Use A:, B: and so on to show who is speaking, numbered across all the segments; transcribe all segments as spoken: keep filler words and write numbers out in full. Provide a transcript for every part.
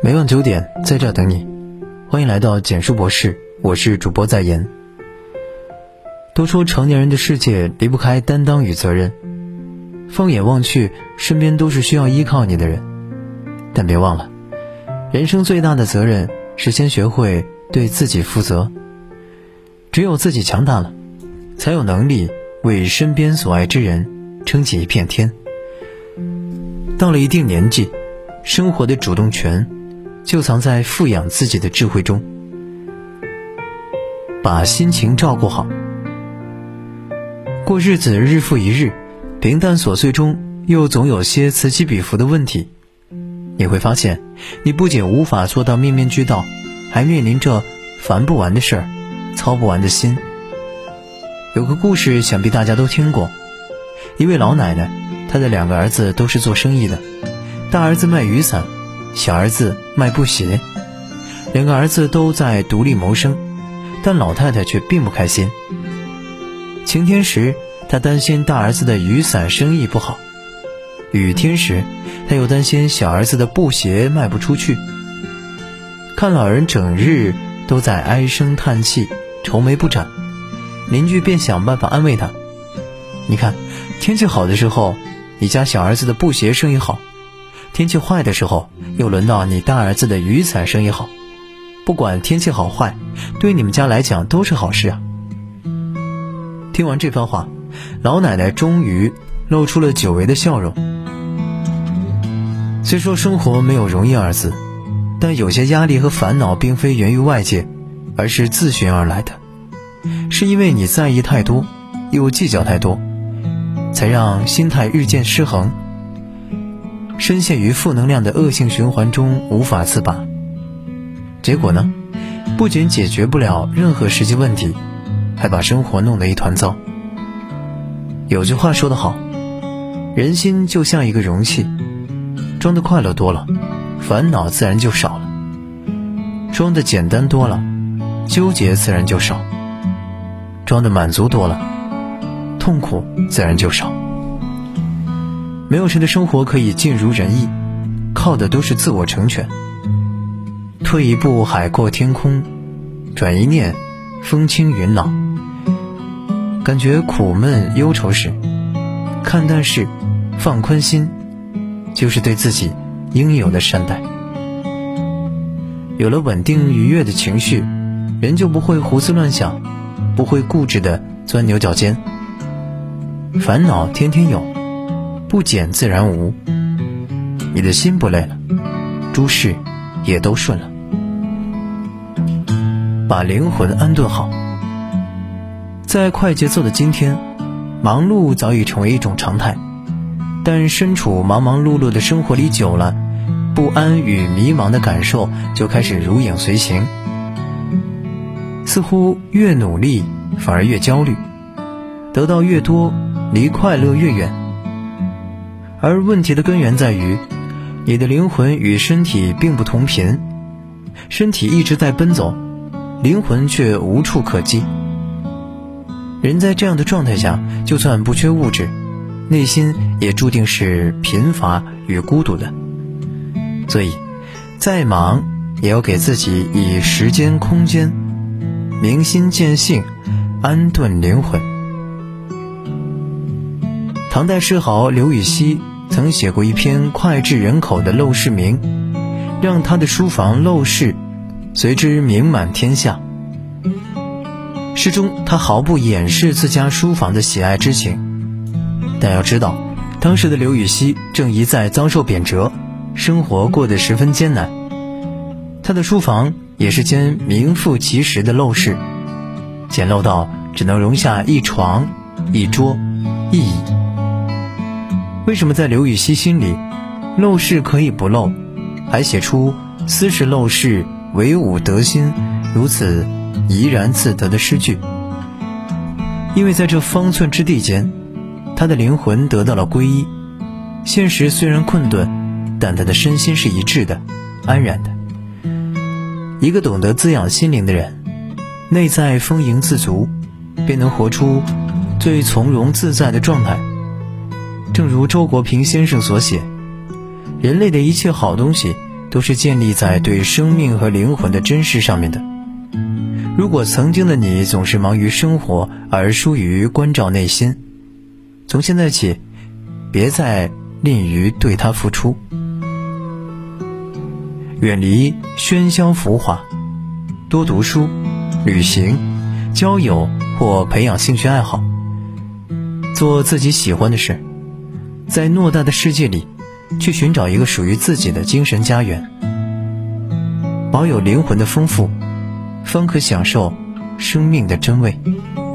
A: 每晚九点在这等你，欢迎来到简书博士，我是主播在言。都说成年人的世界离不开担当与责任，放眼望去，身边都是需要依靠你的人，但别忘了，人生最大的责任是先学会对自己负责。只有自己强大了，才有能力为身边所爱之人撑起一片天。到了一定年纪，生活的主动权就藏在富养自己的智慧中。把心情照顾好，过日子日复一日，平淡琐碎中又总有些此起彼伏的问题。你会发现，你不仅无法做到面面俱到，还面临着烦不完的事儿，操不完的心。有个故事想必大家都听过，一位老奶奶，她的两个儿子都是做生意的，大儿子卖雨伞，小儿子卖布鞋。两个儿子都在独立谋生，但老太太却并不开心。晴天时，她担心大儿子的雨伞生意不好，雨天时，她又担心小儿子的布鞋卖不出去。看老人整日都在唉声叹气，愁眉不展，邻居便想办法安慰他。你看，天气好的时候，你家小儿子的布鞋生意好，天气坏的时候，又轮到你大儿子的雨伞生意好。不管天气好坏，对你们家来讲都是好事啊。听完这番话，老奶奶终于露出了久违的笑容。虽说生活没有容易二字，但有些压力和烦恼并非源于外界，而是自寻而来的。是因为你在意太多，又计较太多，才让心态日渐失衡，深陷于负能量的恶性循环中无法自拔。结果呢，不仅解决不了任何实际问题，还把生活弄得一团糟。有句话说得好，人心就像一个容器，装的快乐多了，烦恼自然就少了；装的简单多了，纠结自然就少；装的满足多了，痛苦自然就少。没有谁的生活可以尽如人意，靠的都是自我成全。退一步海阔天空，转一念风轻云朗。感觉苦闷忧愁时，看淡事，放宽心，就是对自己应有的善待。有了稳定愉悦的情绪，人就不会胡思乱想，不会固执地钻牛角尖。烦恼天天有，不减自然无。你的心不累了，诸事也都顺了。把灵魂安顿好。在快节奏的今天，忙碌早已成为一种常态，但身处忙忙碌碌的生活里久了，不安与迷茫的感受就开始如影随形。似乎越努力反而越焦虑，得到越多离快乐越远。而问题的根源在于，你的灵魂与身体并不同频，身体一直在奔走，灵魂却无处可寄。人在这样的状态下，就算不缺物质，内心也注定是贫乏与孤独的。所以再忙也要给自己以时间空间，明心见性，安顿灵魂。唐代诗豪刘禹锡曾写过一篇脍炙人口的陋室铭，让他的书房陋室随之名满天下。诗中他毫不掩饰自家书房的喜爱之情，但要知道，当时的刘禹锡正一再遭受贬谪，生活过得十分艰难。他的书房也是间名副其实的陋室，简陋到只能容下一床一桌一椅。为什么在刘禹锡心里，陋室可以不陋，还写出斯是陋室，惟吾德馨，如此怡然自得的诗句？因为在这方寸之地间，他的灵魂得到了皈依。现实虽然困顿，但他的身心是一致的，安然的。一个懂得滋养心灵的人，内在丰盈自足，便能活出最从容自在的状态。正如周国平先生所写，人类的一切好东西都是建立在对生命和灵魂的珍视上面的。如果曾经的你总是忙于生活而疏于关照内心，从现在起别再吝于对它付出。远离喧嚣浮华，多读书、旅行、交友或培养兴趣爱好，做自己喜欢的事，在偌大的世界里去寻找一个属于自己的精神家园，保有灵魂的丰富，方可享受生命的真味。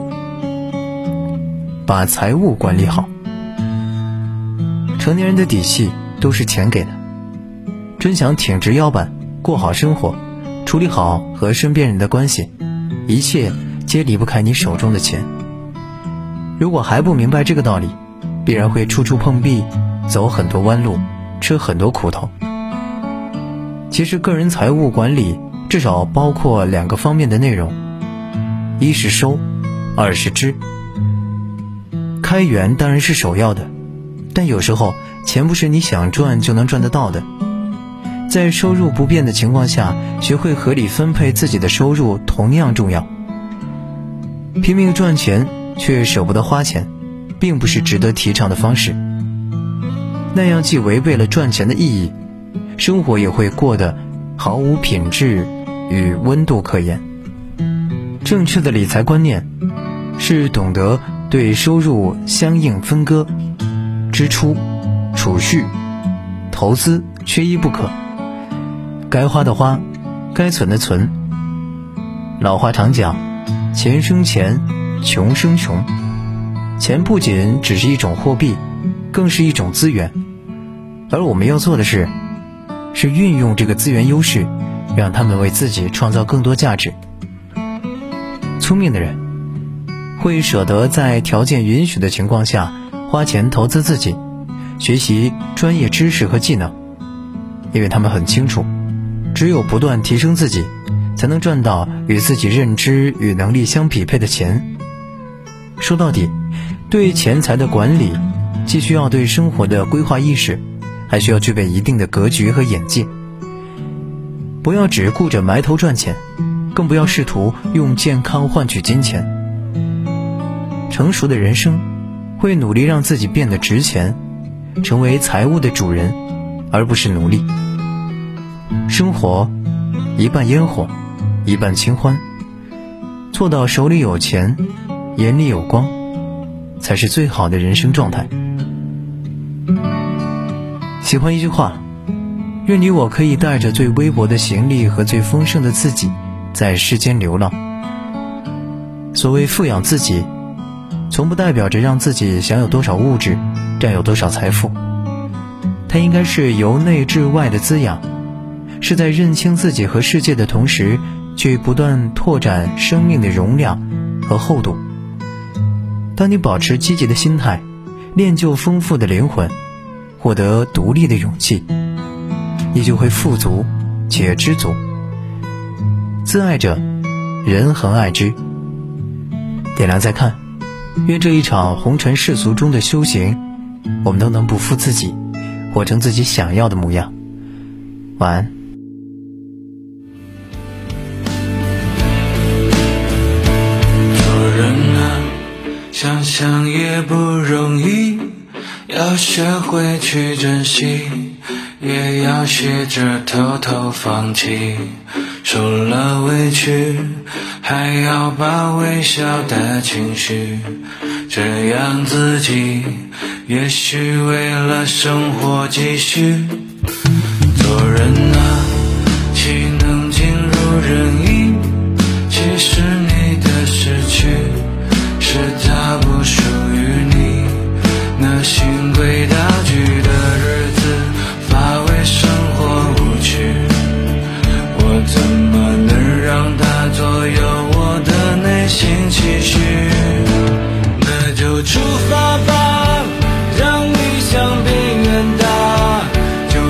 A: 把财务管理好。成年人的底气都是钱给的，真想挺直腰板过好生活，处理好和身边人的关系，一切皆离不开你手中的钱。如果还不明白这个道理，必然会处处碰壁，走很多弯路，吃很多苦头。其实个人财务管理至少包括两个方面的内容，一是收，二是支。开源当然是首要的，但有时候钱不是你想赚就能赚得到的。在收入不变的情况下，学会合理分配自己的收入同样重要。拼命赚钱却舍不得花钱，并不是值得提倡的方式。那样既违背了赚钱的意义，生活也会过得毫无品质与温度可言。正确的理财观念是懂得对收入相应分割，支出、储蓄、投资缺一不可，该花的花，该存的存。老话常讲，钱生钱，穷生穷。钱不仅只是一种货币，更是一种资源，而我们要做的是是运用这个资源优势，让他们为自己创造更多价值。聪明的人会舍得在条件允许的情况下花钱投资自己，学习专业知识和技能，因为他们很清楚，只有不断提升自己，才能赚到与自己认知与能力相匹配的钱。说到底，对钱财的管理既需要对生活的规划意识，还需要具备一定的格局和眼界。不要只顾着埋头赚钱，更不要试图用健康换取金钱。成熟的人生会努力让自己变得值钱，成为财务的主人，而不是奴隶。生活一半烟火，一半清欢，做到手里有钱，眼里有光，才是最好的人生状态。喜欢一句话，愿你我可以带着最微薄的行李和最丰盛的自己在世间流浪。所谓富养自己，从不代表着让自己享有多少物质，占有多少财富，它应该是由内至外的滋养，是在认清自己和世界的同时，去不断拓展生命的容量和厚度。当你保持积极的心态，练就丰富的灵魂，获得独立的勇气，你就会富足且知足。自爱者，人恒爱之。点亮再看，愿这一场红尘世俗中的修行，我们都能不负自己，活成自己想要的模样。晚安。
B: 做人啊，想想也不容易，要学会去珍惜，也要学着偷偷放弃。受了委屈，还要把微笑的情绪，这样自己也许为了生活继续。做人啊，岂能尽如人意？其实你的失去是它不属于你，那循规蹈矩的日子乏味生活无趣，我怎么能让它左右我的内心期许？那就出发吧，让理想比远大，就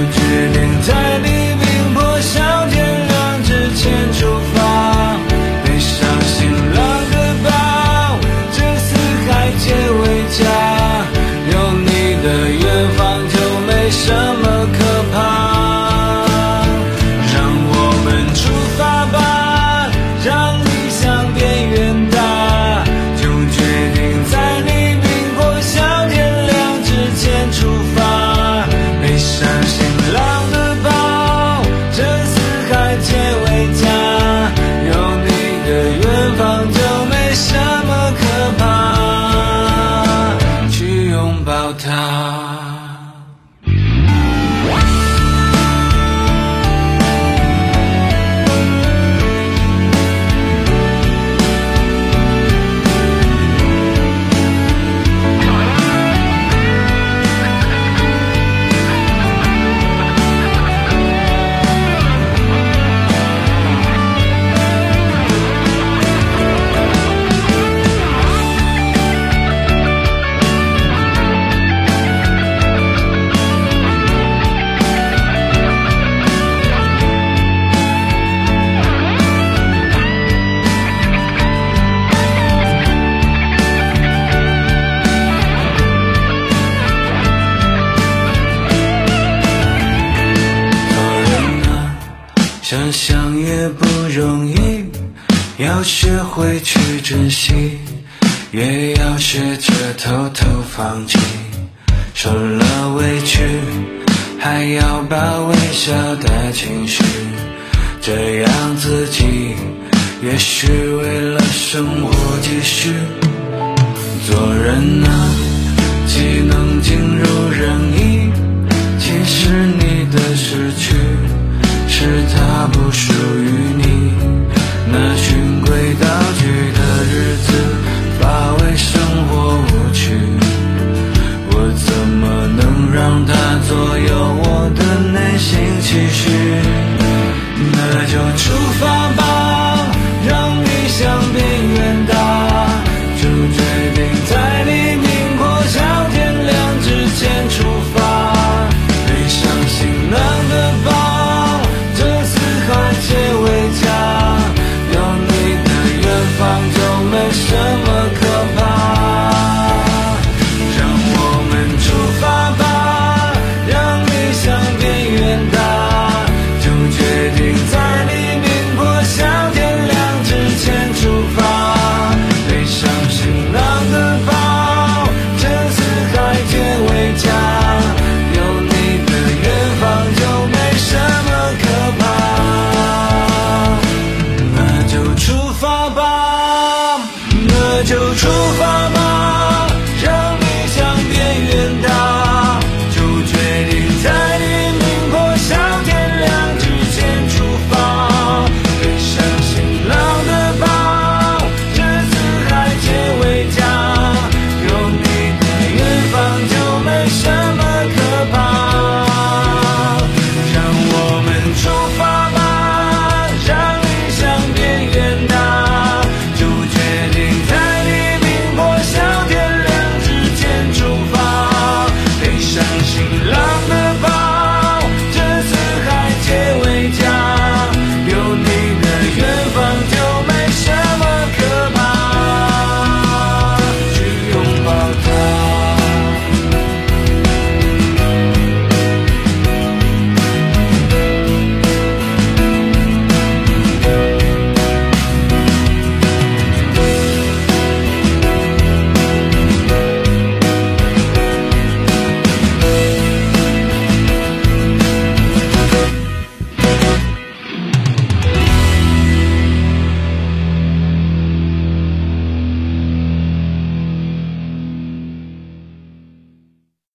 B: 想想也不容易，要学会去珍惜，也要学着偷偷放弃。受了委屈，还要把微笑带进去，这样自己也许为了生活继续。做人啊，既能尽如人意，其实你的失去是它不属于你。那循规蹈矩的日子化为生活无趣，我怎么能让它左右我的内心期许？那就出发吧，